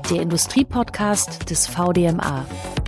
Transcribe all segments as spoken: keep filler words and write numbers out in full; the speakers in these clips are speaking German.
der Industriepodcast des V D M A.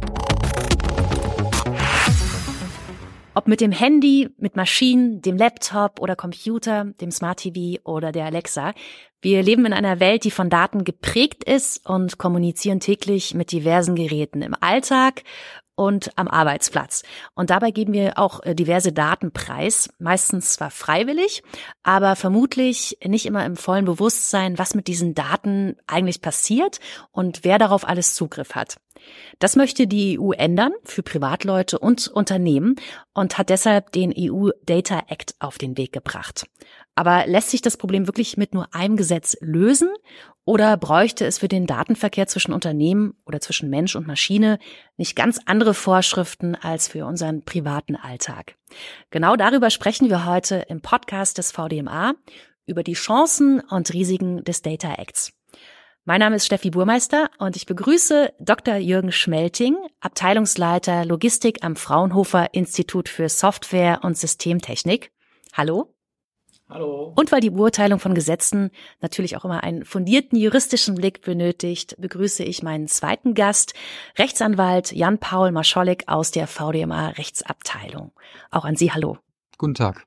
Ob mit dem Handy, mit Maschinen, dem Laptop oder Computer, dem Smart T V oder der Alexa, wir leben in einer Welt, die von Daten geprägt ist und kommunizieren täglich mit diversen Geräten im Alltag und am Arbeitsplatz. Und dabei geben wir auch diverse Daten preis, meistens zwar freiwillig, aber vermutlich nicht immer im vollen Bewusstsein, was mit diesen Daten eigentlich passiert und wer darauf alles Zugriff hat. Das möchte die E U ändern für Privatleute und Unternehmen und hat deshalb den E U Data Act auf den Weg gebracht. Aber lässt sich das Problem wirklich mit nur einem Gesetz lösen oder bräuchte es für den Datenverkehr zwischen Unternehmen oder zwischen Mensch und Maschine nicht ganz andere Vorschriften als für unseren privaten Alltag? Genau darüber sprechen wir heute im Podcast des V D M A über die Chancen und Risiken des Data Acts. Mein Name ist Steffi Burmeister und ich begrüße Doktor Jürgen Schmelting, Abteilungsleiter Logistik am Fraunhofer Institut für Software und Systemtechnik. Hallo. Hallo. Und weil die Beurteilung von Gesetzen natürlich auch immer einen fundierten juristischen Blick benötigt, begrüße ich meinen zweiten Gast, Rechtsanwalt Jan-Paul Mascholek aus der V D M A Rechtsabteilung. Auch an Sie hallo. Guten Tag.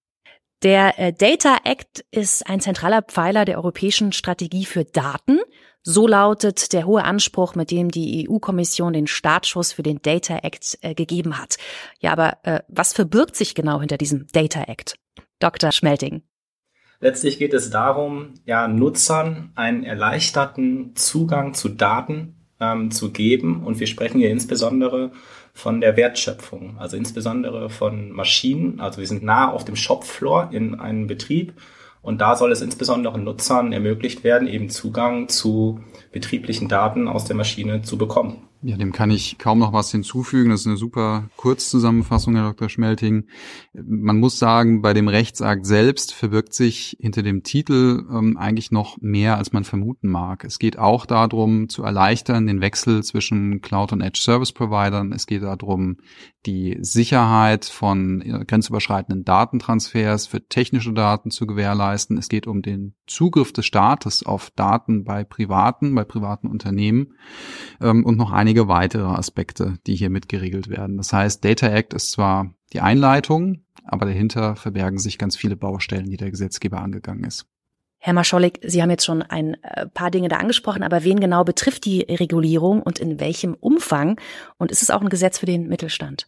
Der äh, Data Act ist ein zentraler Pfeiler der europäischen Strategie für Daten. So lautet der hohe Anspruch, mit dem die E U-Kommission den Startschuss für den Data Act äh, gegeben hat. Ja, aber äh, was verbirgt sich genau hinter diesem Data Act? Doktor Schmelting. Letztlich geht es darum, ja, Nutzern einen erleichterten Zugang zu Daten ähm, zu geben. Und wir sprechen hier insbesondere von der Wertschöpfung, also insbesondere von Maschinen. Also wir sind nah auf dem Shopfloor in einem Betrieb und da soll es insbesondere Nutzern ermöglicht werden, eben Zugang zu betrieblichen Daten aus der Maschine zu bekommen. Ja, dem kann ich kaum noch was hinzufügen. Das ist eine super Kurzzusammenfassung, Herr Doktor Schmelting. Man muss sagen, bei dem Rechtsakt selbst verbirgt sich hinter dem Titel ähm, eigentlich noch mehr, als man vermuten mag. Es geht auch darum, zu erleichtern den Wechsel zwischen Cloud- und Edge-Service-Providern. Es geht darum, die Sicherheit von äh, grenzüberschreitenden Datentransfers für technische Daten zu gewährleisten. Es geht um den Zugriff des Staates auf Daten bei Privaten, bei privaten Unternehmen ähm, und noch einige einige weitere Aspekte, die hier mitgeregelt werden. Das heißt, Data Act ist zwar die Einleitung, aber dahinter verbergen sich ganz viele Baustellen, die der Gesetzgeber angegangen ist. Herr Mascholek, Sie haben jetzt schon ein paar Dinge da angesprochen, aber wen genau betrifft die Regulierung und in welchem Umfang? Und ist es auch ein Gesetz für den Mittelstand?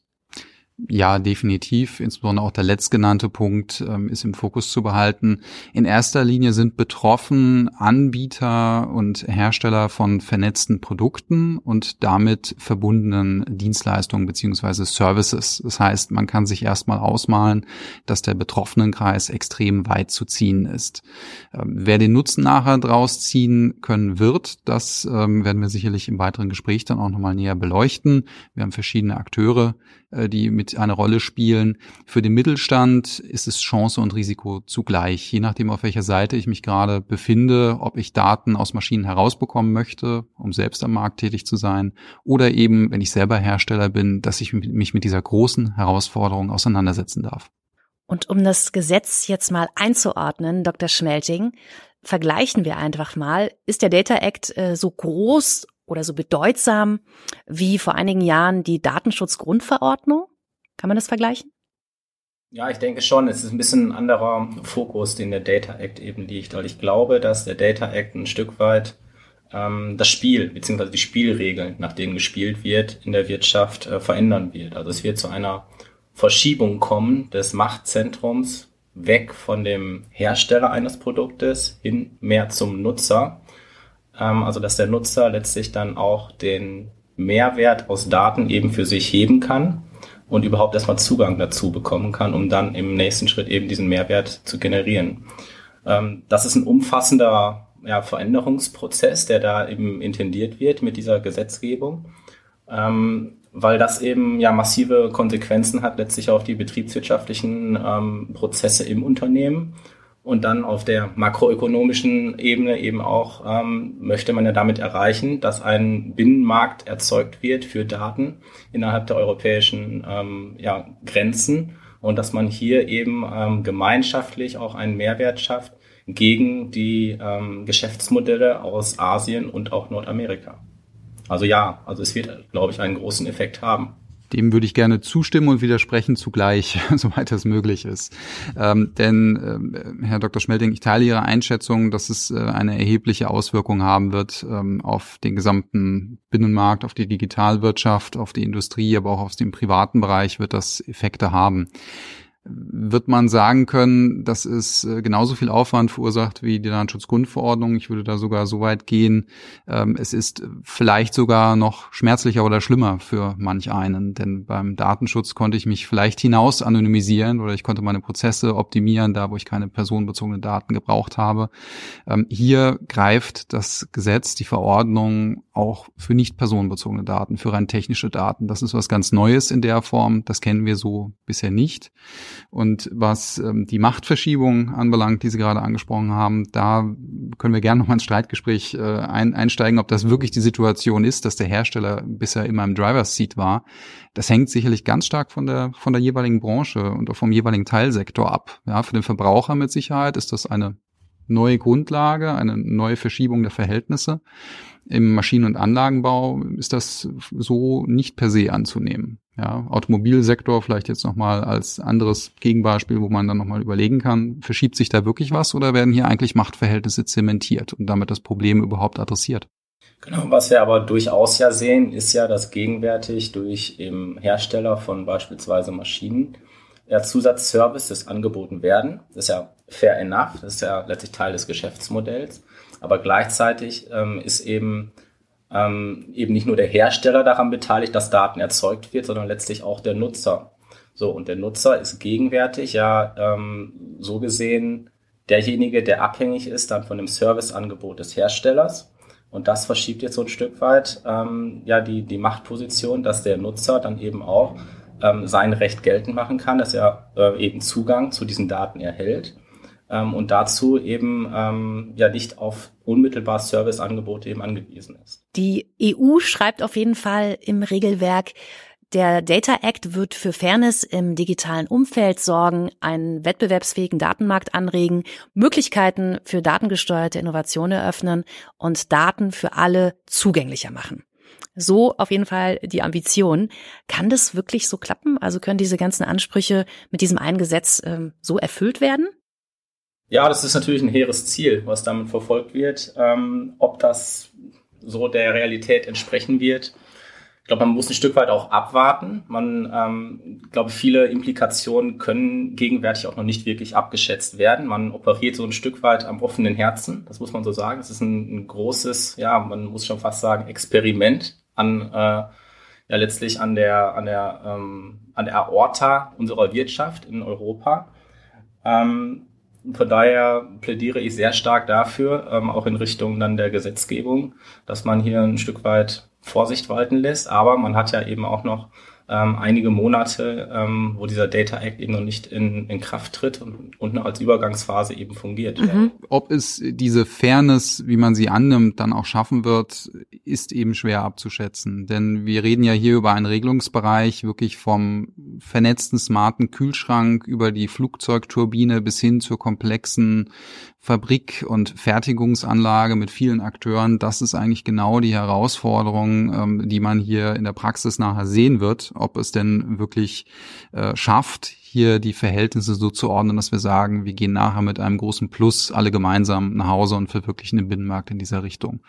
Ja, definitiv. Insbesondere auch der letztgenannte Punkt ähm, ist im Fokus zu behalten. In erster Linie sind betroffen Anbieter und Hersteller von vernetzten Produkten und damit verbundenen Dienstleistungen beziehungsweise Services. Das heißt, man kann sich erstmal ausmalen, dass der Betroffenenkreis extrem weit zu ziehen ist. Ähm, wer den Nutzen nachher draus ziehen können wird, das ähm, werden wir sicherlich im weiteren Gespräch dann auch nochmal näher beleuchten. Wir haben verschiedene Akteure, äh, die mit eine Rolle spielen. Für den Mittelstand ist es Chance und Risiko zugleich, je nachdem, auf welcher Seite ich mich gerade befinde, ob ich Daten aus Maschinen herausbekommen möchte, um selbst am Markt tätig zu sein, oder eben, wenn ich selber Hersteller bin, dass ich mich mit dieser großen Herausforderung auseinandersetzen darf. Und um das Gesetz jetzt mal einzuordnen, Doktor Schmelting, vergleichen wir einfach mal, ist der Data Act äh, so groß oder so bedeutsam wie vor einigen Jahren die Datenschutzgrundverordnung? Kann man das vergleichen? Ja, ich denke schon. Es ist ein bisschen ein anderer Fokus, den der Data Act eben liegt. Weil ich glaube, dass der Data Act ein Stück weit ähm, das Spiel bzw. die Spielregeln, nach denen gespielt wird, in der Wirtschaft äh, verändern wird. Also es wird zu einer Verschiebung kommen des Machtzentrums weg von dem Hersteller eines Produktes hin mehr zum Nutzer. Ähm, also dass der Nutzer letztlich dann auch den Mehrwert aus Daten eben für sich heben kann und überhaupt erstmal Zugang dazu bekommen kann, um dann im nächsten Schritt eben diesen Mehrwert zu generieren. Ähm, das ist ein umfassender ja, Veränderungsprozess, der da eben intendiert wird mit dieser Gesetzgebung, ähm, weil das eben ja massive Konsequenzen hat letztlich auf die betriebswirtschaftlichen ähm, Prozesse im Unternehmen. Und dann auf der makroökonomischen Ebene eben auch ähm, möchte man ja damit erreichen, dass ein Binnenmarkt erzeugt wird für Daten innerhalb der europäischen ähm, ja, Grenzen und dass man hier eben ähm, gemeinschaftlich auch einen Mehrwert schafft gegen die ähm, Geschäftsmodelle aus Asien und auch Nordamerika. Also ja, also es wird, glaube ich, einen großen Effekt haben. Dem würde ich gerne zustimmen und widersprechen zugleich, soweit das möglich ist. Ähm, denn, äh, Herr Doktor Schmelting, ich teile Ihre Einschätzung, dass es äh, eine erhebliche Auswirkung haben wird ähm, auf den gesamten Binnenmarkt, auf die Digitalwirtschaft, auf die Industrie, aber auch auf den privaten Bereich wird das Effekte haben. Wird man sagen können, dass es genauso viel Aufwand verursacht wie die Datenschutzgrundverordnung? Ich würde da sogar so weit gehen, es ist vielleicht sogar noch schmerzlicher oder schlimmer für manch einen, denn beim Datenschutz konnte ich mich vielleicht hinaus anonymisieren oder ich konnte meine Prozesse optimieren, da wo ich keine personenbezogenen Daten gebraucht habe. Hier greift das Gesetz, die Verordnung auch für nicht personenbezogene Daten, für rein technische Daten. Das ist was ganz Neues in der Form, das kennen wir so bisher nicht. Und was ähm, die Machtverschiebung anbelangt, die Sie gerade angesprochen haben, da können wir gerne noch mal ins Streitgespräch äh, ein, einsteigen, ob das wirklich die Situation ist, dass der Hersteller bisher immer im Driver's Seat war. Das hängt sicherlich ganz stark von der von der jeweiligen Branche und auch vom jeweiligen Teilsektor ab. Ja, für den Verbraucher mit Sicherheit ist das eine neue Grundlage, eine neue Verschiebung der Verhältnisse. Im Maschinen- und Anlagenbau ist das so nicht per se anzunehmen. Ja, Automobilsektor vielleicht jetzt nochmal als anderes Gegenbeispiel, wo man dann nochmal überlegen kann, verschiebt sich da wirklich was oder werden hier eigentlich Machtverhältnisse zementiert und damit das Problem überhaupt adressiert? Genau, was wir aber durchaus ja sehen, ist ja, dass gegenwärtig durch eben Hersteller von beispielsweise Maschinen ja Zusatzservices angeboten werden. Das ist ja fair enough, das ist ja letztlich Teil des Geschäftsmodells. Aber gleichzeitig ähm, ist eben ähm, eben nicht nur der Hersteller daran beteiligt, dass Daten erzeugt wird, sondern letztlich auch der Nutzer. So, und der Nutzer ist gegenwärtig ja ähm, so gesehen derjenige, der abhängig ist dann von dem Serviceangebot des Herstellers. Und das verschiebt jetzt so ein Stück weit ähm, ja die die Machtposition, dass der Nutzer dann eben auch ähm, sein Recht geltend machen kann, dass er äh, eben Zugang zu diesen Daten erhält. Und dazu eben ähm, ja nicht auf unmittelbar Serviceangebote eben angewiesen ist. Die E U schreibt auf jeden Fall im Regelwerk, der Data Act wird für Fairness im digitalen Umfeld sorgen, einen wettbewerbsfähigen Datenmarkt anregen, Möglichkeiten für datengesteuerte Innovation eröffnen und Daten für alle zugänglicher machen. So auf jeden Fall die Ambition. Kann das wirklich so klappen? Also können diese ganzen Ansprüche mit diesem einen Gesetz ähm, so erfüllt werden? Ja, das ist natürlich ein hehres Ziel, was damit verfolgt wird. Ähm, ob das so der Realität entsprechen wird, ich glaube, man muss ein Stück weit auch abwarten. Man, ähm, ich glaube, viele Implikationen können gegenwärtig auch noch nicht wirklich abgeschätzt werden. Man operiert so ein Stück weit am offenen Herzen, das muss man so sagen. Es ist ein, ein großes, ja, man muss schon fast sagen, Experiment an, äh, ja, letztlich an der, an der, ähm, an der Aorta unserer Wirtschaft in Europa. Ähm, Von daher plädiere ich sehr stark dafür, ähm, auch in Richtung dann der Gesetzgebung, dass man hier ein Stück weit Vorsicht walten lässt. Aber man hat ja eben auch noch ähm, einige Monate, ähm, wo dieser Data Act eben noch nicht in, in Kraft tritt und, und noch als Übergangsphase eben fungiert. Mhm. Ob es diese Fairness, wie man sie annimmt, dann auch schaffen wird, ist eben schwer abzuschätzen. Denn wir reden ja hier über einen Regelungsbereich wirklich vom vernetzten, smarten Kühlschrank über die Flugzeugturbine bis hin zur komplexen Fabrik- und Fertigungsanlage mit vielen Akteuren. Das ist eigentlich genau die Herausforderung, ähm, die man hier in der Praxis nachher sehen wird, ob es denn wirklich äh, schafft, hier die Verhältnisse so zu ordnen, dass wir sagen, wir gehen nachher mit einem großen Plus alle gemeinsam nach Hause und verwirklichen den Binnenmarkt in dieser Richtung.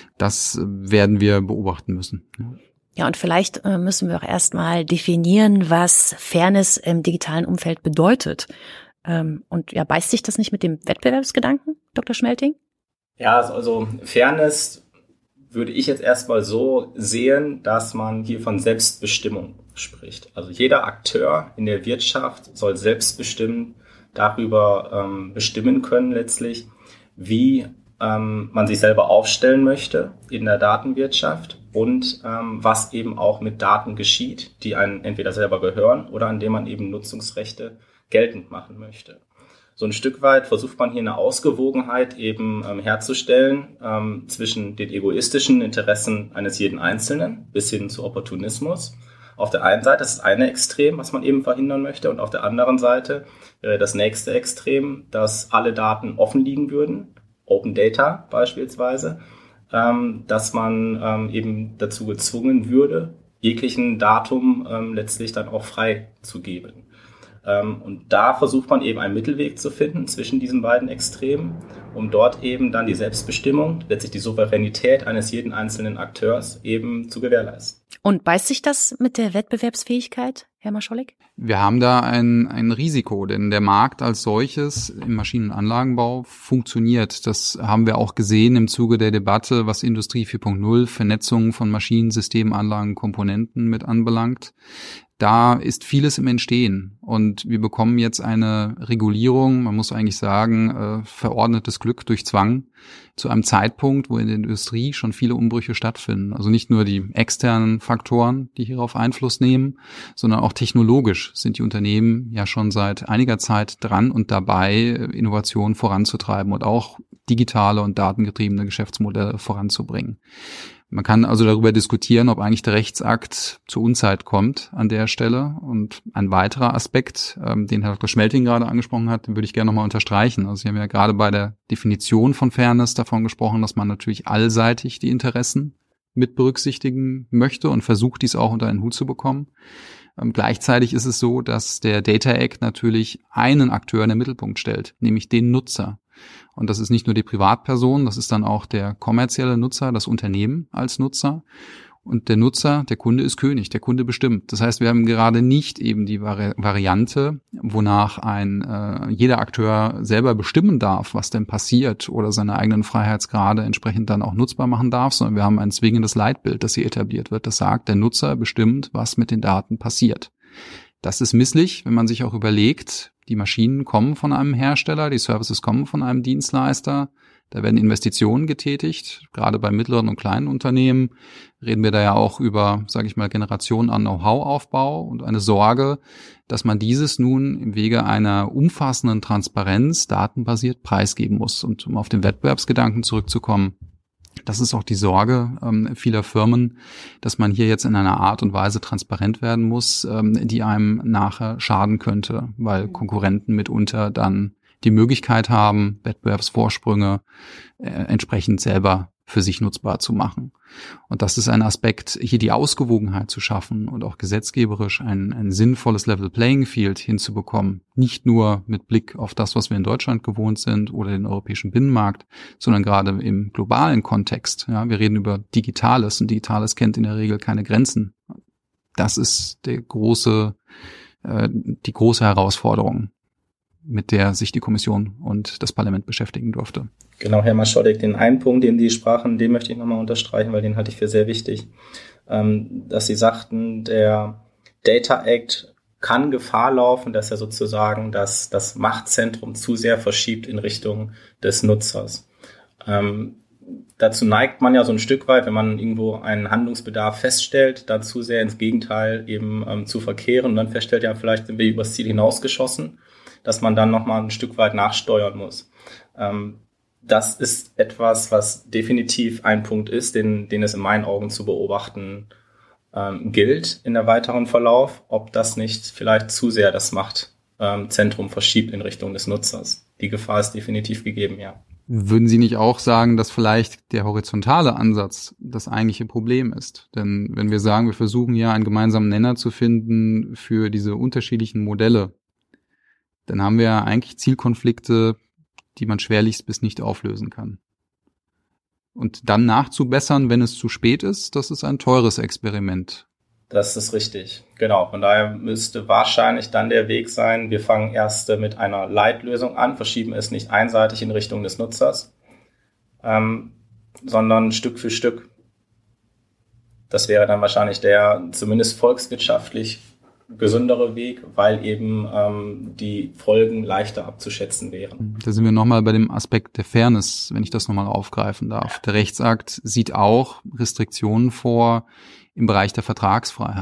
Das werden wir beobachten müssen. Ja. Ja, und vielleicht äh, müssen wir auch erstmal definieren, was Fairness im digitalen Umfeld bedeutet. Ähm, und ja, beißt sich das nicht mit dem Wettbewerbsgedanken, Doktor Schmelting? Ja, also Fairness würde ich jetzt erstmal so sehen, dass man hier von Selbstbestimmung spricht. Also jeder Akteur in der Wirtschaft soll selbstbestimmt darüber ähm, bestimmen können letztlich, wie ähm, man sich selber aufstellen möchte in der Datenwirtschaft und ähm, was eben auch mit Daten geschieht, die einem entweder selber gehören oder an denen man eben Nutzungsrechte geltend machen möchte. So ein Stück weit versucht man hier eine Ausgewogenheit eben ähm, herzustellen ähm, zwischen den egoistischen Interessen eines jeden Einzelnen bis hin zu Opportunismus Auf der einen Seite, das ist eine Extrem, was man eben verhindern möchte, und auf der anderen Seite äh, das nächste Extrem, dass alle Daten offen liegen würden, Open Data beispielsweise, ähm, dass man ähm, eben dazu gezwungen würde, jeglichen Datum ähm, letztlich dann auch freizugeben. Ähm, und da versucht man eben einen Mittelweg zu finden zwischen diesen beiden Extremen, um dort eben dann die Selbstbestimmung, letztlich die Souveränität eines jeden einzelnen Akteurs eben zu gewährleisten. Und beißt sich das mit der Wettbewerbsfähigkeit, Herr Marscholek? Wir haben da ein, ein Risiko, denn der Markt als solches im Maschinen- und Anlagenbau funktioniert. Das haben wir auch gesehen im Zuge der Debatte, was Industrie vier Punkt null, Vernetzung von Maschinen, Systemen, Anlagen, Komponenten mit anbelangt. Da ist vieles im Entstehen und wir bekommen jetzt eine Regulierung, man muss eigentlich sagen, äh, verordnetes Glück durch Zwang, zu einem Zeitpunkt, wo in der Industrie schon viele Umbrüche stattfinden. Also nicht nur die externen Faktoren, die hierauf Einfluss nehmen, sondern auch technologisch sind die Unternehmen ja schon seit einiger Zeit dran und dabei, Innovationen voranzutreiben und auch digitale und datengetriebene Geschäftsmodelle voranzubringen. Man kann also darüber diskutieren, ob eigentlich der Rechtsakt zur Unzeit kommt an der Stelle. Und ein weiterer Aspekt, ähm, den Herr Doktor Schmelting gerade angesprochen hat, den würde ich gerne nochmal unterstreichen. Also Sie haben ja gerade bei der Definition von Fairness davon gesprochen, dass man natürlich allseitig die Interessen mit berücksichtigen möchte und versucht, dies auch unter einen Hut zu bekommen. Ähm, gleichzeitig ist es so, dass der Data Act natürlich einen Akteur in den Mittelpunkt stellt, nämlich den Nutzer. Und das ist nicht nur die Privatperson, das ist dann auch der kommerzielle Nutzer, das Unternehmen als Nutzer. Und der Nutzer, der Kunde ist König, der Kunde bestimmt. Das heißt, wir haben gerade nicht eben die Vari- Variante, wonach ein äh, jeder Akteur selber bestimmen darf, was denn passiert oder seine eigenen Freiheitsgrade entsprechend dann auch nutzbar machen darf, sondern wir haben ein zwingendes Leitbild, das hier etabliert wird. Das sagt, der Nutzer bestimmt, was mit den Daten passiert. Das ist misslich, wenn man sich auch überlegt, die Maschinen kommen von einem Hersteller, die Services kommen von einem Dienstleister, da werden Investitionen getätigt, gerade bei mittleren und kleinen Unternehmen reden wir da ja auch über, sage ich mal, Generationen an Know-how-Aufbau und eine Sorge, dass man dieses nun im Wege einer umfassenden Transparenz datenbasiert preisgeben muss. Und um auf den Wettbewerbsgedanken zurückzukommen, das ist auch die Sorge ähm, vieler Firmen, dass man hier jetzt in einer Art und Weise transparent werden muss, ähm, die einem nachher schaden könnte, weil Konkurrenten mitunter dann die Möglichkeit haben, Wettbewerbsvorsprünge äh, entsprechend selber für sich nutzbar zu machen. Und das ist ein Aspekt, hier die Ausgewogenheit zu schaffen und auch gesetzgeberisch ein, ein sinnvolles Level Playing Field hinzubekommen. Nicht nur mit Blick auf das, was wir in Deutschland gewohnt sind oder den europäischen Binnenmarkt, sondern gerade im globalen Kontext. Ja, wir reden über Digitales und Digitales kennt in der Regel keine Grenzen. Das ist der große, äh, die große Herausforderung, mit der sich die Kommission und das Parlament beschäftigen durfte. Genau, Herr Marscholek, den einen Punkt, den Sie sprachen, den möchte ich nochmal unterstreichen, weil den halte ich für sehr wichtig, ähm, dass Sie sagten, der Data Act kann Gefahr laufen, dass er sozusagen das, das Machtzentrum zu sehr verschiebt in Richtung des Nutzers. Ähm, dazu neigt man ja so ein Stück weit, wenn man irgendwo einen Handlungsbedarf feststellt, dann zu sehr ins Gegenteil eben ähm, zu verkehren und dann feststellt, ja, vielleicht sind wir übers Ziel hinausgeschossen, dass man dann nochmal ein Stück weit nachsteuern muss. Ähm, das ist etwas, was definitiv ein Punkt ist, den, den es in meinen Augen zu beobachten ähm, gilt in der weiteren Verlauf, ob das nicht vielleicht zu sehr das Machtzentrum ähm, verschiebt in Richtung des Nutzers. Die Gefahr ist definitiv gegeben, ja. Würden Sie nicht auch sagen, dass vielleicht der horizontale Ansatz das eigentliche Problem ist? Denn wenn wir sagen, wir versuchen ja einen gemeinsamen Nenner zu finden für diese unterschiedlichen Modelle, dann haben wir eigentlich Zielkonflikte, die man schwerlichst bis nicht auflösen kann. Und dann nachzubessern, wenn es zu spät ist, das ist ein teures Experiment. Das ist richtig, genau. Von daher müsste wahrscheinlich dann der Weg sein, wir fangen erst mit einer Leitlösung an, verschieben es nicht einseitig in Richtung des Nutzers, ähm, sondern Stück für Stück. Das wäre dann wahrscheinlich der zumindest volkswirtschaftlich gesündere Weg, weil eben ähm, die Folgen leichter abzuschätzen wären. Da sind wir nochmal bei dem Aspekt der Fairness, wenn ich das nochmal aufgreifen darf. Der Rechtsakt sieht auch Restriktionen vor im Bereich der Vertragsfreiheit.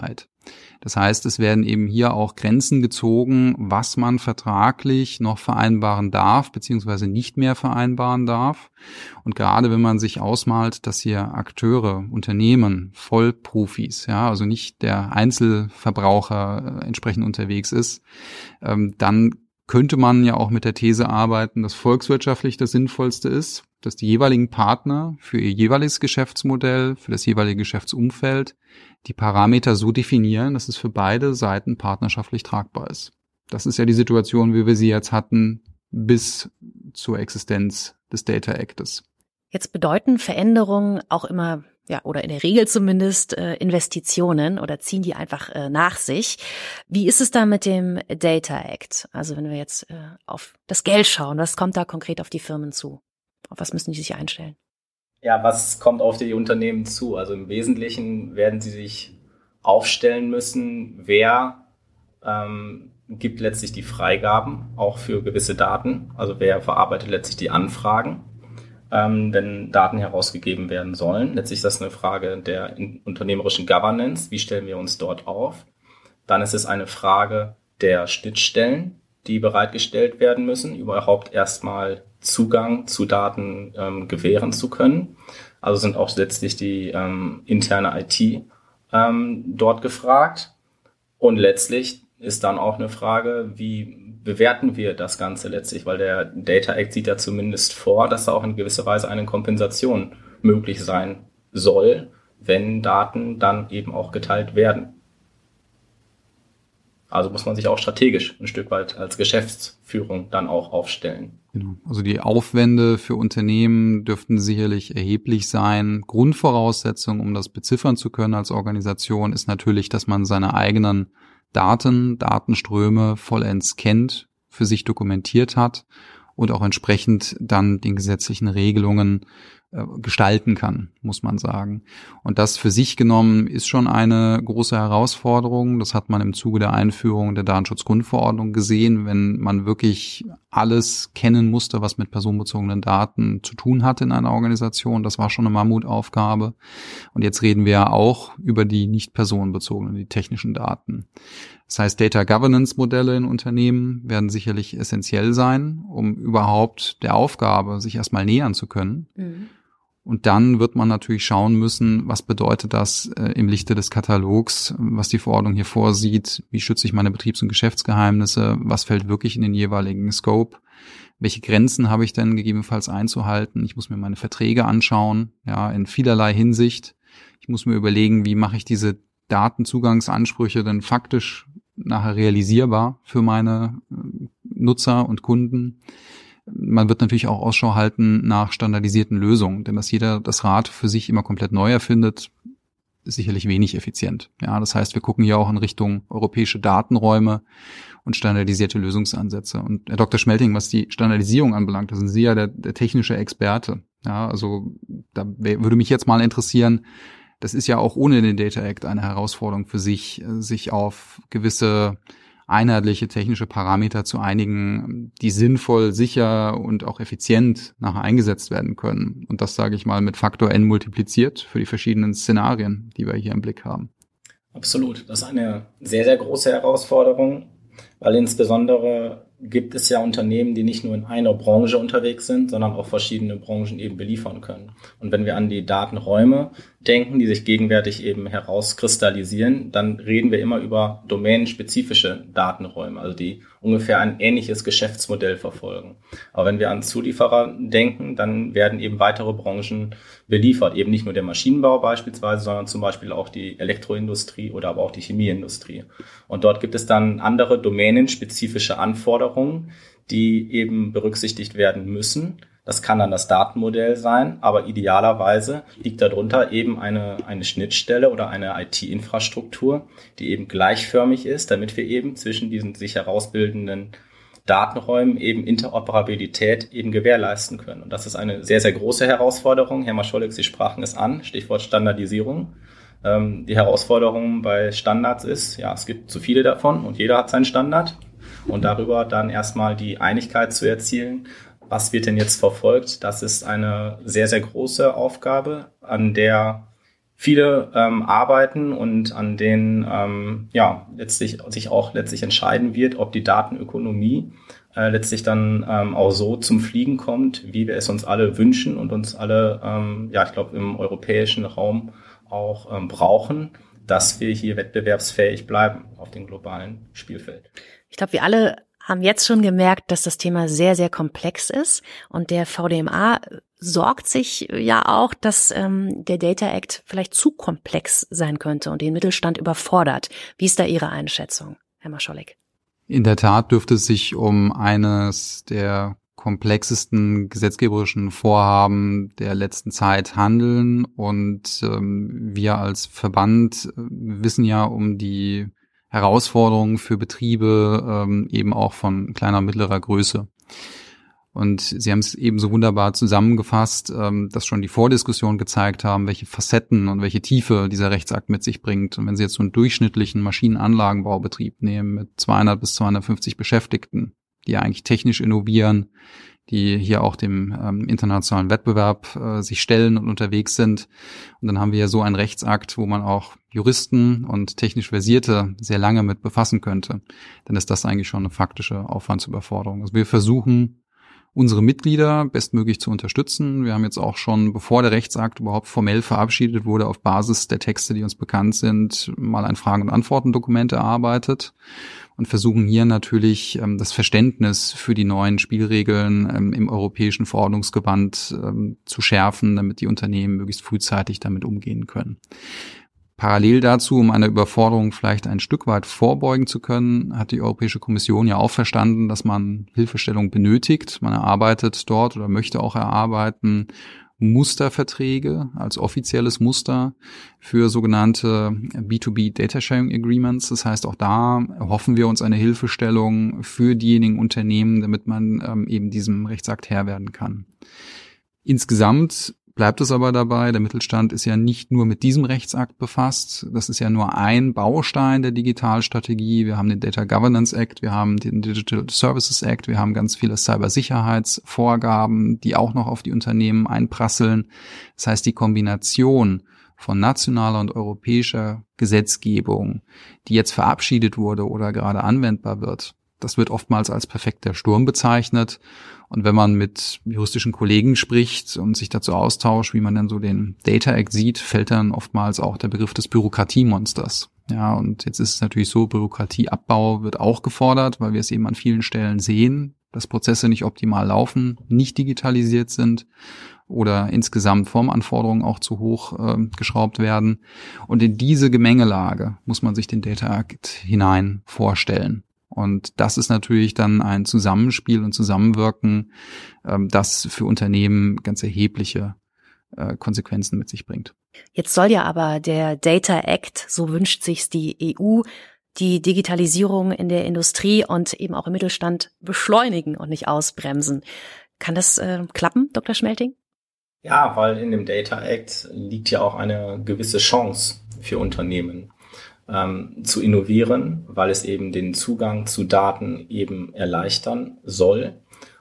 Das heißt, es werden eben hier auch Grenzen gezogen, was man vertraglich noch vereinbaren darf, beziehungsweise nicht mehr vereinbaren darf. Und gerade wenn man sich ausmalt, dass hier Akteure, Unternehmen, Vollprofis, ja, also nicht der Einzelverbraucher äh, entsprechend unterwegs ist, ähm, dann könnte man ja auch mit der These arbeiten, dass volkswirtschaftlich das Sinnvollste ist, dass die jeweiligen Partner für ihr jeweiliges Geschäftsmodell, für das jeweilige Geschäftsumfeld die Parameter so definieren, dass es für beide Seiten partnerschaftlich tragbar ist. Das ist ja die Situation, wie wir sie jetzt hatten, bis zur Existenz des Data Actes. Jetzt bedeuten Veränderungen auch immer, ja, oder in der Regel zumindest äh, Investitionen oder ziehen die einfach äh, nach sich. Wie ist es da mit dem Data Act? Also wenn wir jetzt äh, auf das Geld schauen, was kommt da konkret auf die Firmen zu? Auf was müssen die sich einstellen? Ja, was kommt auf die Unternehmen zu? Also im Wesentlichen werden sie sich aufstellen müssen, wer ähm, gibt letztlich die Freigaben, auch für gewisse Daten. Also wer verarbeitet letztlich die Anfragen, ähm, wenn Daten herausgegeben werden sollen. Letztlich ist das eine Frage der unternehmerischen Governance. Wie stellen wir uns dort auf? Dann ist es eine Frage der Schnittstellen, die bereitgestellt werden müssen, überhaupt erstmal Zugang zu Daten ähm, gewähren zu können. Also sind auch letztlich die ähm, interne I T ähm, dort gefragt. Und letztlich ist dann auch eine Frage, wie bewerten wir das Ganze letztlich, weil der Data Act sieht ja zumindest vor, dass da auch in gewisser Weise eine Kompensation möglich sein soll, wenn Daten dann eben auch geteilt werden. Also muss man sich auch strategisch ein Stück weit als Geschäftsführung dann auch aufstellen. Genau. Also die Aufwände für Unternehmen dürften sicherlich erheblich sein. Grundvoraussetzung, um das beziffern zu können als Organisation, ist natürlich, dass man seine eigenen Daten, Datenströme vollends kennt, für sich dokumentiert hat und auch entsprechend dann den gesetzlichen Regelungen äh, gestalten kann, muss man sagen. Und das für sich genommen ist schon eine große Herausforderung. Das hat man im Zuge der Einführung der Datenschutzgrundverordnung gesehen, wenn man wirklich alles kennen musste, was mit personenbezogenen Daten zu tun hat in einer Organisation. Das war schon eine Mammutaufgabe. Und jetzt reden wir ja auch über die nicht personenbezogenen, die technischen Daten. Das heißt, Data Governance Modelle in Unternehmen werden sicherlich essentiell sein, um überhaupt der Aufgabe sich erstmal nähern zu können. Mhm. Und dann wird man natürlich schauen müssen, was bedeutet das äh, im Lichte des Katalogs, was die Verordnung hier vorsieht, wie schütze ich meine Betriebs- und Geschäftsgeheimnisse, was fällt wirklich in den jeweiligen Scope, welche Grenzen habe ich denn gegebenenfalls einzuhalten. Ich muss mir meine Verträge anschauen, ja, in vielerlei Hinsicht. Ich muss mir überlegen, wie mache ich diese Datenzugangsansprüche denn faktisch nachher realisierbar für meine Nutzer und Kunden. Man wird natürlich auch Ausschau halten nach standardisierten Lösungen, denn dass jeder das Rad für sich immer komplett neu erfindet, ist sicherlich wenig effizient. Ja, das heißt, wir gucken hier auch in Richtung europäische Datenräume und standardisierte Lösungsansätze. Und Herr Doktor Schmelting, was die Standardisierung anbelangt, da sind Sie ja der, der technische Experte. Ja, also da würde mich jetzt mal interessieren, das ist ja auch ohne den Data Act eine Herausforderung für sich, sich auf gewisse einheitliche technische Parameter zu einigen, die sinnvoll, sicher und auch effizient nachher eingesetzt werden können. Und das, sage ich mal, mit Faktor N multipliziert für die verschiedenen Szenarien, die wir hier im Blick haben. Absolut. Das ist eine sehr, sehr große Herausforderung, weil insbesondere gibt es ja Unternehmen, die nicht nur in einer Branche unterwegs sind, sondern auch verschiedene Branchen eben beliefern können. Und wenn wir an die Datenräume denken, die sich gegenwärtig eben herauskristallisieren, dann reden wir immer über domänenspezifische Datenräume, also die ungefähr ein ähnliches Geschäftsmodell verfolgen. Aber wenn wir an Zulieferer denken, dann werden eben weitere Branchen beliefert, eben nicht nur der Maschinenbau beispielsweise, sondern zum Beispiel auch die Elektroindustrie oder aber auch die Chemieindustrie. Und dort gibt es dann andere domänenspezifische Anforderungen, die eben berücksichtigt werden müssen. Das kann dann das Datenmodell sein, aber idealerweise liegt darunter eben eine, eine Schnittstelle oder eine I T-Infrastruktur, die eben gleichförmig ist, damit wir eben zwischen diesen sich herausbildenden Datenräumen eben Interoperabilität eben gewährleisten können. Und das ist eine sehr, sehr große Herausforderung. Herr Marscholek, Sie sprachen es an, Stichwort Standardisierung. Ähm, die Herausforderung bei Standards ist, ja, es gibt zu viele davon und jeder hat seinen Standard. Und darüber dann erstmal die Einigkeit zu erzielen. Was wird denn jetzt verfolgt? Das ist eine sehr, sehr große Aufgabe, an der viele ähm, arbeiten und an denen ähm, ja letztlich sich auch letztlich entscheiden wird, ob die Datenökonomie äh, letztlich dann ähm, auch so zum Fliegen kommt, wie wir es uns alle wünschen und uns alle, ähm, ja ich glaube im europäischen Raum auch ähm, brauchen, dass wir hier wettbewerbsfähig bleiben auf dem globalen Spielfeld. Ich glaube, wir alle haben jetzt schon gemerkt, dass das Thema sehr, sehr komplex ist und der V D M A sorgt sich ja auch, dass ähm, der Data Act vielleicht zu komplex sein könnte und den Mittelstand überfordert. Wie ist da Ihre Einschätzung, Herr Marscholek? In der Tat dürfte es sich um eines der komplexesten gesetzgeberischen Vorhaben der letzten Zeit handeln und ähm, wir als Verband wissen ja um die Herausforderungen für Betriebe ähm, eben auch von kleiner und mittlerer Größe. Und Sie haben es eben so wunderbar zusammengefasst, ähm, dass schon die Vordiskussion gezeigt haben, welche Facetten und welche Tiefe dieser Rechtsakt mit sich bringt. Und wenn Sie jetzt so einen durchschnittlichen Maschinenanlagenbaubetrieb nehmen mit zweihundert bis zweihundertfünfzig Beschäftigten, die eigentlich technisch innovieren, die hier auch dem ähm, internationalen Wettbewerb äh, sich stellen und unterwegs sind. Und dann haben wir ja so einen Rechtsakt, wo man auch Juristen und technisch Versierte sehr lange mit befassen könnte. Dann ist das eigentlich schon eine faktische Aufwandsüberforderung. Also wir versuchen, unsere Mitglieder bestmöglich zu unterstützen. Wir haben jetzt auch schon, bevor der Rechtsakt überhaupt formell verabschiedet wurde, auf Basis der Texte, die uns bekannt sind, mal ein Fragen- und Antworten-Dokument erarbeitet und versuchen hier natürlich ähm, das Verständnis für die neuen Spielregeln ähm, im europäischen Verordnungsgewand ähm, zu schärfen, damit die Unternehmen möglichst frühzeitig damit umgehen können. Parallel dazu, um einer Überforderung vielleicht ein Stück weit vorbeugen zu können, hat die Europäische Kommission ja auch verstanden, dass man Hilfestellung benötigt. Man erarbeitet dort oder möchte auch erarbeiten Musterverträge als offizielles Muster für sogenannte B zwei B Data Sharing Agreements. Das heißt, auch da erhoffen wir uns eine Hilfestellung für diejenigen Unternehmen, damit man ähm, eben diesem Rechtsakt Herr werden kann. Insgesamt bleibt es aber dabei, der Mittelstand ist ja nicht nur mit diesem Rechtsakt befasst. Das ist ja nur ein Baustein der Digitalstrategie. Wir haben den Data Governance Act, wir haben den Digital Services Act, wir haben ganz viele Cybersicherheitsvorgaben, die auch noch auf die Unternehmen einprasseln. Das heißt, die Kombination von nationaler und europäischer Gesetzgebung, die jetzt verabschiedet wurde oder gerade anwendbar wird, das wird oftmals als perfekter Sturm bezeichnet. Und wenn man mit juristischen Kollegen spricht und sich dazu austauscht, wie man dann so den Data Act sieht, fällt dann oftmals auch der Begriff des Bürokratiemonsters. Ja, und jetzt ist es natürlich so, Bürokratieabbau wird auch gefordert, weil wir es eben an vielen Stellen sehen, dass Prozesse nicht optimal laufen, nicht digitalisiert sind oder insgesamt Formanforderungen auch zu hoch äh, geschraubt werden. Und in diese Gemengelage muss man sich den Data Act hinein vorstellen. Und das ist natürlich dann ein Zusammenspiel und Zusammenwirken, ähm, das für Unternehmen ganz erhebliche äh, Konsequenzen mit sich bringt. Jetzt soll ja aber der Data Act, so wünscht sich's die E U, die Digitalisierung in der Industrie und eben auch im Mittelstand beschleunigen und nicht ausbremsen. Kann das äh, klappen, Doktor Schmelting? Ja, weil in dem Data Act liegt ja auch eine gewisse Chance für Unternehmen. Ähm, zu innovieren, weil es eben den Zugang zu Daten eben erleichtern soll.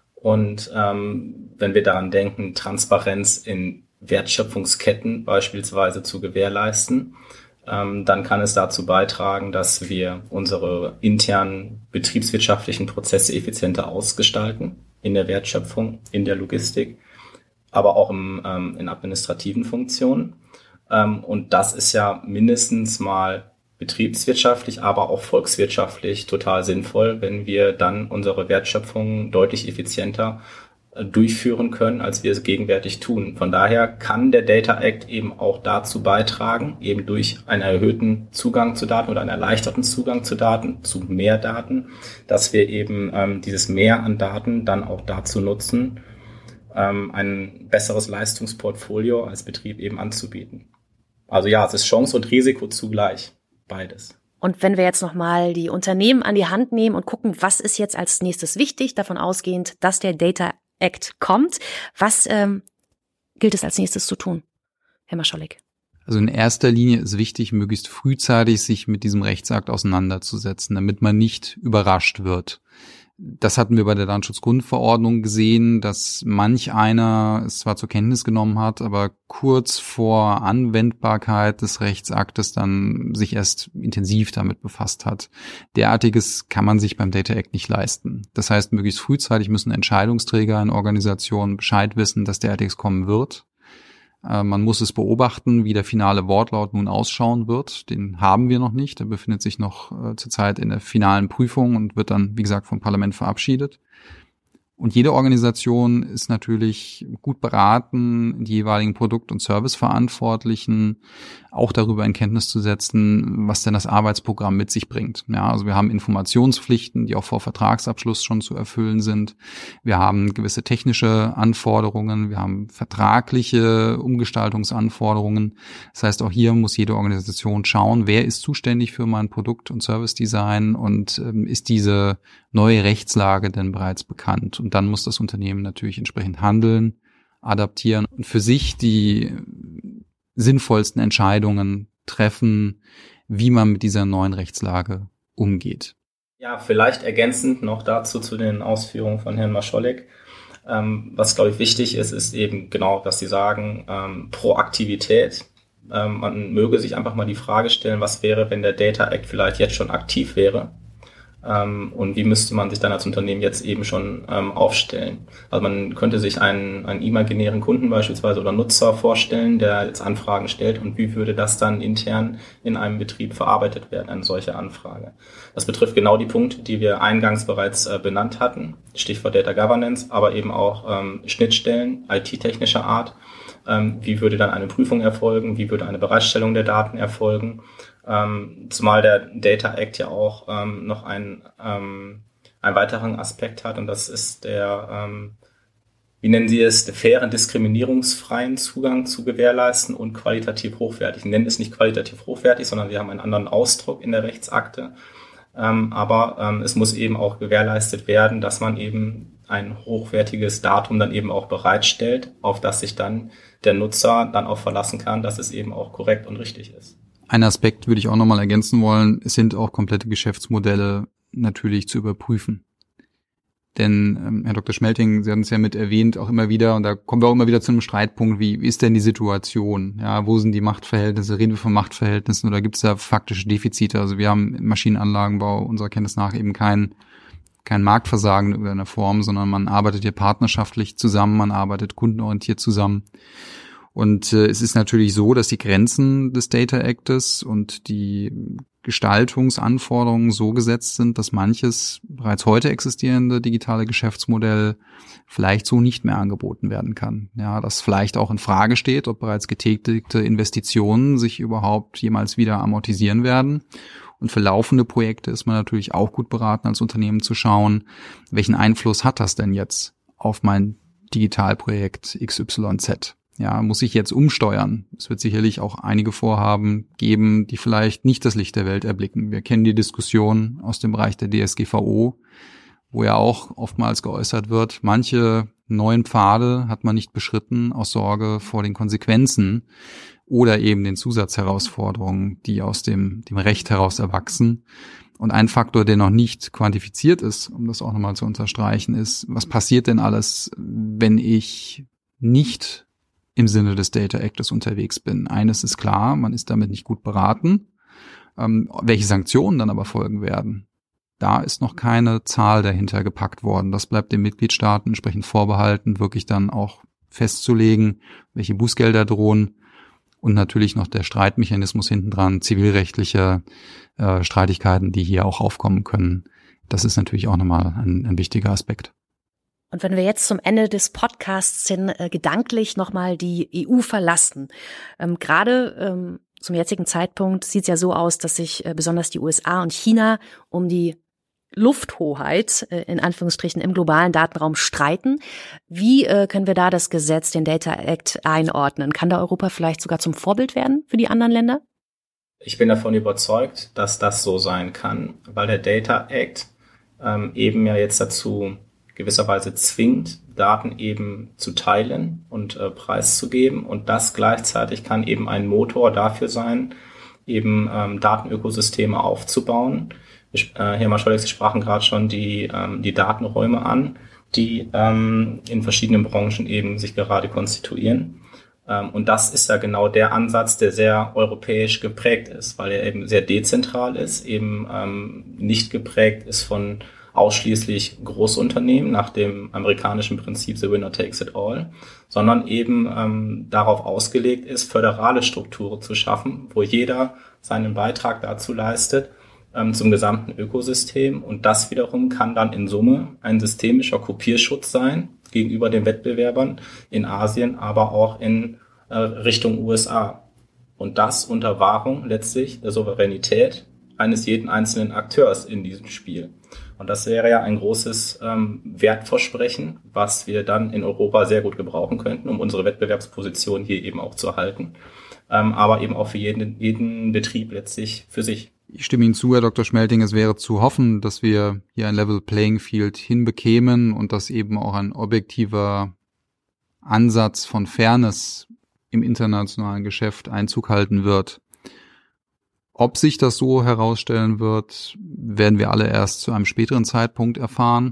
Und ähm, wenn wir daran denken, Transparenz in Wertschöpfungsketten beispielsweise zu gewährleisten, ähm, dann kann es dazu beitragen, dass wir unsere internen betriebswirtschaftlichen Prozesse effizienter ausgestalten in der Wertschöpfung, in der Logistik, aber auch im, ähm, in administrativen Funktionen. Ähm, und das ist ja mindestens mal betriebswirtschaftlich, aber auch volkswirtschaftlich total sinnvoll, wenn wir dann unsere Wertschöpfung deutlich effizienter durchführen können, als wir es gegenwärtig tun. Von daher kann der Data Act eben auch dazu beitragen, eben durch einen erhöhten Zugang zu Daten oder einen erleichterten Zugang zu Daten, zu mehr Daten, dass wir eben ähm, dieses Mehr an Daten dann auch dazu nutzen, ähm, ein besseres Leistungsportfolio als Betrieb eben anzubieten. Also ja, es ist Chance und Risiko zugleich. Beides. Und wenn wir jetzt nochmal die Unternehmen an die Hand nehmen und gucken, was ist jetzt als nächstes wichtig, davon ausgehend, dass der Data Act kommt, was ähm, gilt es als nächstes zu tun, Herr Marscholek? Also in erster Linie ist wichtig, möglichst frühzeitig sich mit diesem Rechtsakt auseinanderzusetzen, damit man nicht überrascht wird. Das hatten wir bei der Datenschutzgrundverordnung gesehen, dass manch einer es zwar zur Kenntnis genommen hat, aber kurz vor Anwendbarkeit des Rechtsaktes dann sich erst intensiv damit befasst hat. Derartiges kann man sich beim Data Act nicht leisten. Das heißt, möglichst frühzeitig müssen Entscheidungsträger in Organisationen Bescheid wissen, dass derartiges kommen wird. Man muss es beobachten, wie der finale Wortlaut nun ausschauen wird. Den haben wir noch nicht. Der befindet sich noch äh, zurzeit in der finalen Prüfung und wird dann, wie gesagt, vom Parlament verabschiedet. Und jede Organisation ist natürlich gut beraten, die jeweiligen Produkt- und Serviceverantwortlichen auch darüber in Kenntnis zu setzen, was denn das Arbeitsprogramm mit sich bringt. Ja, also wir haben Informationspflichten, die auch vor Vertragsabschluss schon zu erfüllen sind. Wir haben gewisse technische Anforderungen. Wir haben vertragliche Umgestaltungsanforderungen. Das heißt, auch hier muss jede Organisation schauen, wer ist zuständig für mein Produkt- und Servicedesign und ähm, ist diese neue Rechtslage denn bereits bekannt? Und dann muss das Unternehmen natürlich entsprechend handeln, adaptieren und für sich die sinnvollsten Entscheidungen treffen, wie man mit dieser neuen Rechtslage umgeht. Ja, vielleicht ergänzend noch dazu zu den Ausführungen von Herrn Marscholek. Ähm, was, glaube ich, wichtig ist, ist eben genau, dass Sie sagen, ähm, Proaktivität. Ähm, man möge sich einfach mal die Frage stellen, was wäre, wenn der Data Act vielleicht jetzt schon aktiv wäre? Ähm, und wie müsste man sich dann als Unternehmen jetzt eben schon ähm, aufstellen? Also man könnte sich einen, einen imaginären Kunden beispielsweise oder Nutzer vorstellen, der jetzt Anfragen stellt, und wie würde das dann intern in einem Betrieb verarbeitet werden, eine solche Anfrage? Das betrifft genau die Punkte, die wir eingangs bereits äh, benannt hatten, Stichwort Data Governance, aber eben auch ähm, Schnittstellen, I T-technischer Art. Ähm, wie würde dann eine Prüfung erfolgen? Wie würde eine Bereitstellung der Daten erfolgen? Ähm, zumal der Data Act ja auch ähm, noch einen, ähm, einen weiteren Aspekt hat, und das ist der, ähm, wie nennen Sie es, fairen, diskriminierungsfreien Zugang zu gewährleisten und qualitativ hochwertig. Sie nennen es nicht qualitativ hochwertig, sondern wir haben einen anderen Ausdruck in der Rechtsakte. Ähm, aber ähm, es muss eben auch gewährleistet werden, dass man eben ein hochwertiges Datum dann eben auch bereitstellt, auf das sich dann der Nutzer dann auch verlassen kann, dass es eben auch korrekt und richtig ist. Ein Aspekt würde ich auch nochmal ergänzen wollen, es sind auch komplette Geschäftsmodelle natürlich zu überprüfen. Denn, ähm, Herr Doktor Schmelting, Sie haben es ja mit erwähnt, auch immer wieder, und da kommen wir auch immer wieder zu einem Streitpunkt, wie, wie ist denn die Situation? Ja, wo sind die Machtverhältnisse? Reden wir von Machtverhältnissen oder gibt es da faktische Defizite? Also wir haben im Maschinenanlagenbau unserer Kenntnis nach eben kein, kein Marktversagen in irgendeiner Form, sondern man arbeitet hier partnerschaftlich zusammen, man arbeitet kundenorientiert zusammen. Und äh, es ist natürlich so, dass die Grenzen des Data Actes und die Gestaltungsanforderungen so gesetzt sind, dass manches bereits heute existierende digitale Geschäftsmodell vielleicht so nicht mehr angeboten werden kann. Ja, dass vielleicht auch in Frage steht, ob bereits getätigte Investitionen sich überhaupt jemals wieder amortisieren werden. Und für laufende Projekte ist man natürlich auch gut beraten, als Unternehmen zu schauen, welchen Einfluss hat das denn jetzt auf mein Digitalprojekt X Y Z? Ja, muss ich jetzt umsteuern? Es wird sicherlich auch einige Vorhaben geben, die vielleicht nicht das Licht der Welt erblicken. Wir kennen die Diskussion aus dem Bereich der D S G V O, wo ja auch oftmals geäußert wird, manche neuen Pfade hat man nicht beschritten aus Sorge vor den Konsequenzen oder eben den Zusatzherausforderungen, die aus dem, dem Recht heraus erwachsen. Und ein Faktor, der noch nicht quantifiziert ist, um das auch nochmal zu unterstreichen, ist, was passiert denn alles, wenn ich nicht im Sinne des Data Actes unterwegs bin? Eines ist klar, man ist damit nicht gut beraten. Ähm, welche Sanktionen dann aber folgen werden, da ist noch keine Zahl dahinter gepackt worden. Das bleibt den Mitgliedstaaten entsprechend vorbehalten, wirklich dann auch festzulegen, welche Bußgelder drohen. Und natürlich noch der Streitmechanismus hintendran, zivilrechtliche äh, Streitigkeiten, die hier auch aufkommen können. Das ist natürlich auch nochmal ein, ein wichtiger Aspekt. Und wenn wir jetzt zum Ende des Podcasts hin äh, gedanklich nochmal die E U verlassen, ähm, gerade ähm, zum jetzigen Zeitpunkt sieht es ja so aus, dass sich äh, besonders die U S A und China um die Lufthoheit äh, in Anführungsstrichen im globalen Datenraum streiten. Wie äh, können wir da das Gesetz, den Data Act, einordnen? Kann da Europa vielleicht sogar zum Vorbild werden für die anderen Länder? Ich bin davon überzeugt, dass das so sein kann, weil der Data Act ähm, eben ja jetzt dazu gewisserweise zwingt, Daten eben zu teilen und äh, preiszugeben. Und das gleichzeitig kann eben ein Motor dafür sein, eben ähm, Datenökosysteme aufzubauen, Herr Marschalek, Sie sprachen gerade schon die, ähm, die Datenräume an, die ähm, in verschiedenen Branchen eben sich gerade konstituieren. Ähm, und das ist ja genau der Ansatz, der sehr europäisch geprägt ist, weil er eben sehr dezentral ist, eben ähm, nicht geprägt ist von ausschließlich Großunternehmen nach dem amerikanischen Prinzip The Winner Takes It All, sondern eben ähm, darauf ausgelegt ist, föderale Strukturen zu schaffen, wo jeder seinen Beitrag dazu leistet, ähm, zum gesamten Ökosystem. Und das wiederum kann dann in Summe ein systemischer Kopierschutz sein gegenüber den Wettbewerbern in Asien, aber auch in äh, Richtung U S A. Und das unter Wahrung letztlich der Souveränität eines jeden einzelnen Akteurs in diesem Spiel. Und das wäre ja ein großes ähm, Wertversprechen, was wir dann in Europa sehr gut gebrauchen könnten, um unsere Wettbewerbsposition hier eben auch zu halten, ähm, aber eben auch für jeden, jeden Betrieb letztlich für sich. Ich stimme Ihnen zu, Herr Doktor Schmelting, es wäre zu hoffen, dass wir hier ein Level Playing Field hinbekämen und dass eben auch ein objektiver Ansatz von Fairness im internationalen Geschäft Einzug halten wird. Ob sich das so herausstellen wird, werden wir alle erst zu einem späteren Zeitpunkt erfahren.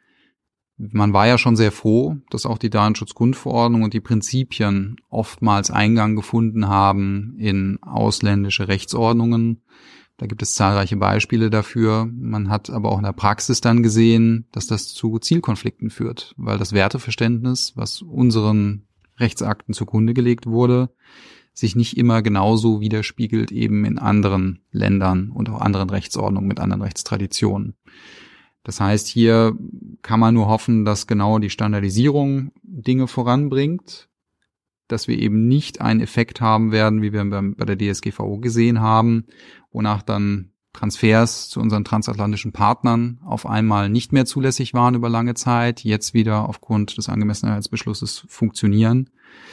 Man war ja schon sehr froh, dass auch die Datenschutzgrundverordnung und die Prinzipien oftmals Eingang gefunden haben in ausländische Rechtsordnungen. Da gibt es zahlreiche Beispiele dafür. Man hat aber auch in der Praxis dann gesehen, dass das zu Zielkonflikten führt, weil das Werteverständnis, was unseren Rechtsakten zugrunde gelegt wurde, sich nicht immer genauso widerspiegelt eben in anderen Ländern und auch anderen Rechtsordnungen mit anderen Rechtstraditionen. Das heißt, hier kann man nur hoffen, dass genau die Standardisierung Dinge voranbringt, dass wir eben nicht einen Effekt haben werden, wie wir bei der D S G V O gesehen haben, wonach dann Transfers zu unseren transatlantischen Partnern auf einmal nicht mehr zulässig waren über lange Zeit, jetzt wieder aufgrund des Angemessenheitsbeschlusses funktionieren.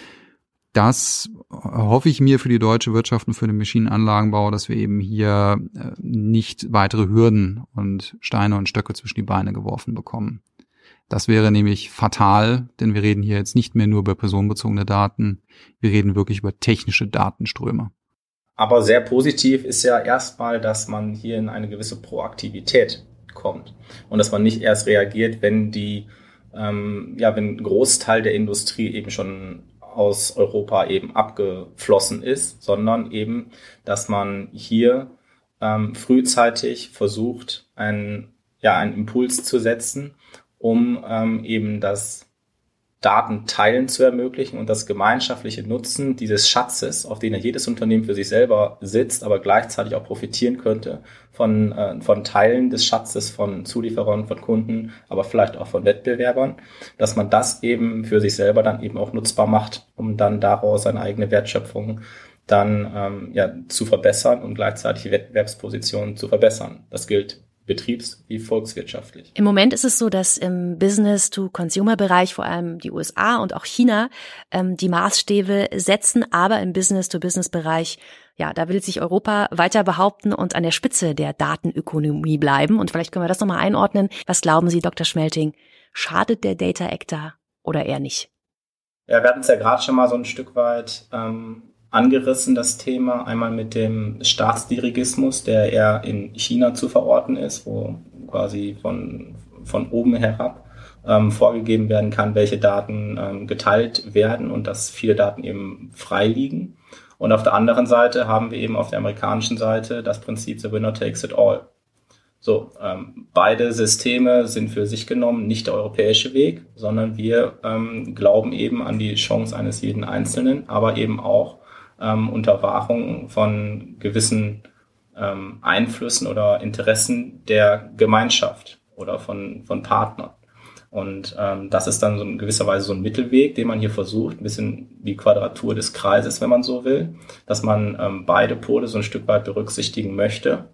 Das hoffe ich mir für die deutsche Wirtschaft und für den Maschinenanlagenbau, dass wir eben hier nicht weitere Hürden und Steine und Stöcke zwischen die Beine geworfen bekommen. Das wäre nämlich fatal, denn wir reden hier jetzt nicht mehr nur über personenbezogene Daten, wir reden wirklich über technische Datenströme. Aber sehr positiv ist ja erstmal, dass man hier in eine gewisse Proaktivität kommt und dass man nicht erst reagiert, wenn die, ähm, ja, wenn ein Großteil der Industrie eben schon aus Europa eben abgeflossen ist, sondern eben, dass man hier ähm, frühzeitig versucht, einen, ja, einen Impuls zu setzen, um ähm, eben das Datenteilen zu ermöglichen und das gemeinschaftliche Nutzen dieses Schatzes, auf den ja jedes Unternehmen für sich selber sitzt, aber gleichzeitig auch profitieren könnte von, äh, von Teilen des Schatzes von Zulieferern, von Kunden, aber vielleicht auch von Wettbewerbern, dass man das eben für sich selber dann eben auch nutzbar macht, um dann daraus seine eigene Wertschöpfung dann ähm, ja zu verbessern und gleichzeitig die Wettbewerbsposition zu verbessern. Das gilt betriebs- wie volkswirtschaftlich. Im Moment ist es so, dass im Business-to-Consumer-Bereich vor allem die U S A und auch China ähm, die Maßstäbe setzen, aber im Business-to-Business-Bereich, ja, da will sich Europa weiter behaupten und an der Spitze der Datenökonomie bleiben. Und vielleicht können wir das nochmal einordnen. Was glauben Sie, Doktor Schmelting? Schadet der Data Act da oder eher nicht? Ja, wir hatten es ja gerade schon mal so ein Stück weit ähm, angerissen, das Thema, einmal mit dem Staatsdirigismus, der eher in China zu verorten ist, wo quasi von, von oben herab ähm, vorgegeben werden kann, welche Daten ähm, geteilt werden und dass viele Daten eben frei liegen. Und auf der anderen Seite haben wir eben auf der amerikanischen Seite das Prinzip The Winner Takes It All. So, ähm, beide Systeme sind für sich genommen nicht der europäische Weg, sondern wir ähm, glauben eben an die Chance eines jeden Einzelnen, aber eben auch Ähm, unter Wahrung von gewissen ähm, Einflüssen oder Interessen der Gemeinschaft oder von, von Partnern. Und ähm, das ist dann so in gewisser Weise so ein Mittelweg, den man hier versucht, ein bisschen die Quadratur des Kreises, wenn man so will, dass man ähm, beide Pole so ein Stück weit berücksichtigen möchte,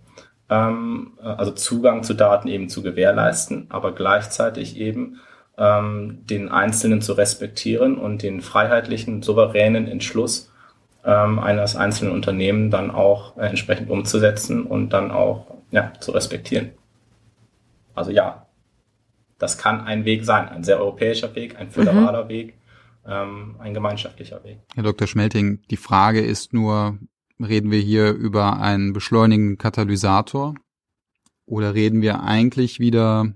ähm, also Zugang zu Daten eben zu gewährleisten, aber gleichzeitig eben ähm, den Einzelnen zu respektieren und den freiheitlichen, souveränen Entschluss eines einzelnen Unternehmen dann auch äh, entsprechend umzusetzen und dann auch ja, zu respektieren. Also ja, das kann ein Weg sein, ein sehr europäischer Weg, ein föderaler mhm. Weg, ähm, ein gemeinschaftlicher Weg. Herr Doktor Schmelting, die Frage ist nur, reden wir hier über einen beschleunigenden Katalysator Oder reden wir eigentlich wieder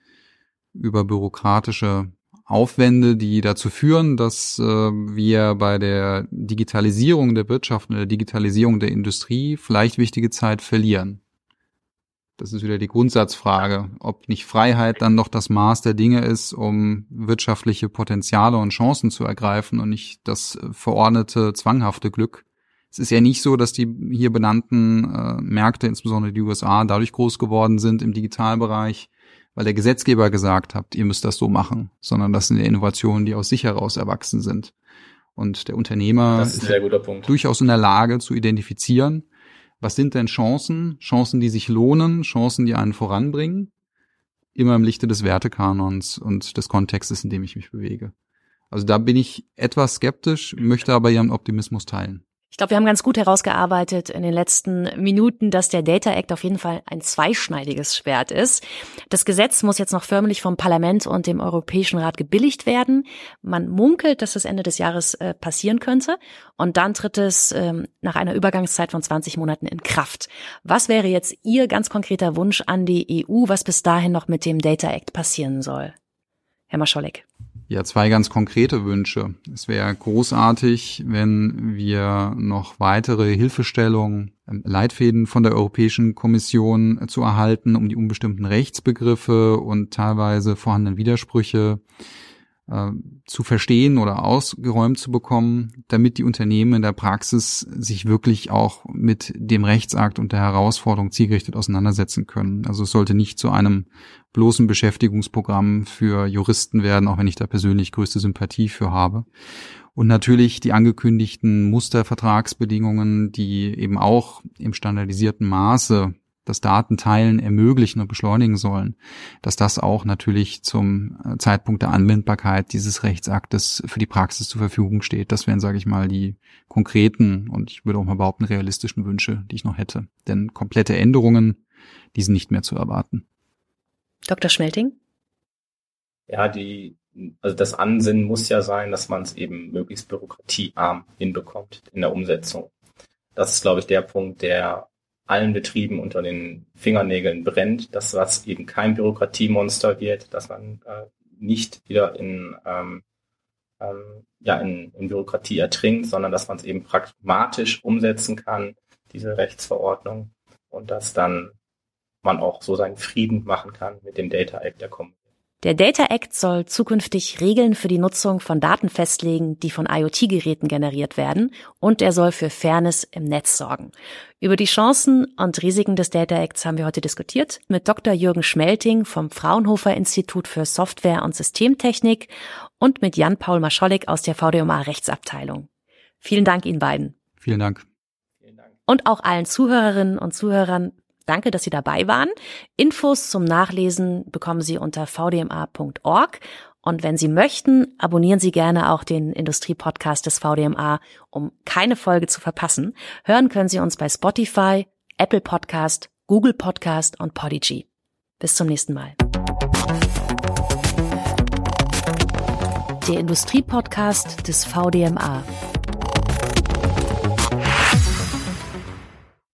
über bürokratische Aufwände, die dazu führen, dass äh, wir bei der Digitalisierung der Wirtschaft und der Digitalisierung der Industrie vielleicht wichtige Zeit verlieren? Das ist wieder die Grundsatzfrage, ob nicht Freiheit dann doch das Maß der Dinge ist, um wirtschaftliche Potenziale und Chancen zu ergreifen und nicht das verordnete, zwanghafte Glück. Es ist ja nicht so, dass die hier benannten äh, Märkte, insbesondere die U S A, dadurch groß geworden sind im Digitalbereich, weil der Gesetzgeber gesagt hat, ihr müsst das so machen, sondern das sind ja Innovationen, die aus sich heraus erwachsen sind. Und der Unternehmer das ist, ein sehr guter Punkt. Durchaus in der Lage zu identifizieren, was sind denn Chancen, Chancen, die sich lohnen, Chancen, die einen voranbringen, immer im Lichte des Wertekanons und des Kontextes, in dem ich mich bewege. Also da bin ich etwas skeptisch, möchte aber Ihren Optimismus teilen. Ich glaube, wir haben ganz gut herausgearbeitet in den letzten Minuten, dass der Data Act auf jeden Fall ein zweischneidiges Schwert ist. Das Gesetz muss jetzt noch förmlich vom Parlament und dem Europäischen Rat gebilligt werden. Man munkelt, dass das Ende des Jahres äh, passieren könnte. Und dann tritt es ähm, nach einer Übergangszeit von zwanzig Monaten in Kraft. Was wäre jetzt Ihr ganz konkreter Wunsch an die E U, was bis dahin noch mit dem Data Act passieren soll? Herr Marscholek. Ja, zwei ganz konkrete Wünsche. Es wäre großartig, wenn wir noch weitere Hilfestellungen, Leitfäden von der Europäischen Kommission zu erhalten, um die unbestimmten Rechtsbegriffe und teilweise vorhandenen Widersprüche äh, zu verstehen oder ausgeräumt zu bekommen, damit die Unternehmen in der Praxis sich wirklich auch mit dem Rechtsakt und der Herausforderung zielgerichtet auseinandersetzen können. Also es sollte nicht zu einem bloßen Beschäftigungsprogramm für Juristen werden, auch wenn ich da persönlich größte Sympathie für habe. Und natürlich die angekündigten Mustervertragsbedingungen, die eben auch im standardisierten Maße das Datenteilen ermöglichen und beschleunigen sollen, dass das auch natürlich zum Zeitpunkt der Anwendbarkeit dieses Rechtsaktes für die Praxis zur Verfügung steht. Das wären, sage ich mal, die konkreten und ich würde auch mal behaupten, realistischen Wünsche, die ich noch hätte. Denn komplette Änderungen, die sind nicht mehr zu erwarten. Doktor Schmelting? Ja, die, also das Ansinnen muss ja sein, dass man es eben möglichst bürokratiearm hinbekommt in der Umsetzung. Das ist, glaube ich, der Punkt, der allen Betrieben unter den Fingernägeln brennt, dass das eben kein Bürokratiemonster wird, dass man äh, nicht wieder in, ähm, ähm, ja, in, in Bürokratie ertrinkt, sondern dass man es eben pragmatisch umsetzen kann, diese Rechtsverordnung, und dass dann man auch so seinen Frieden machen kann mit dem Data Act, der kommt. Der Data Act soll zukünftig Regeln für die Nutzung von Daten festlegen, die von IoT-Geräten generiert werden, und er soll für Fairness im Netz sorgen. Über die Chancen und Risiken des Data Acts haben wir heute diskutiert mit Doktor Jürgen Schmelting vom Fraunhofer Institut für Software- und Systemtechnik und mit Jan-Paul Marscholek aus der V D M A Rechtsabteilung. Vielen Dank Ihnen beiden. Vielen Dank. Vielen Dank. Und auch allen Zuhörerinnen und Zuhörern, danke, dass Sie dabei waren. Infos zum Nachlesen bekommen Sie unter v d m a punkt org. Und wenn Sie möchten, abonnieren Sie gerne auch den Industrie-Podcast des V D M A, um keine Folge zu verpassen. Hören können Sie uns bei Spotify, Apple Podcast, Google Podcast und Podigy. Bis zum nächsten Mal. Der Industrie-Podcast des V D M A.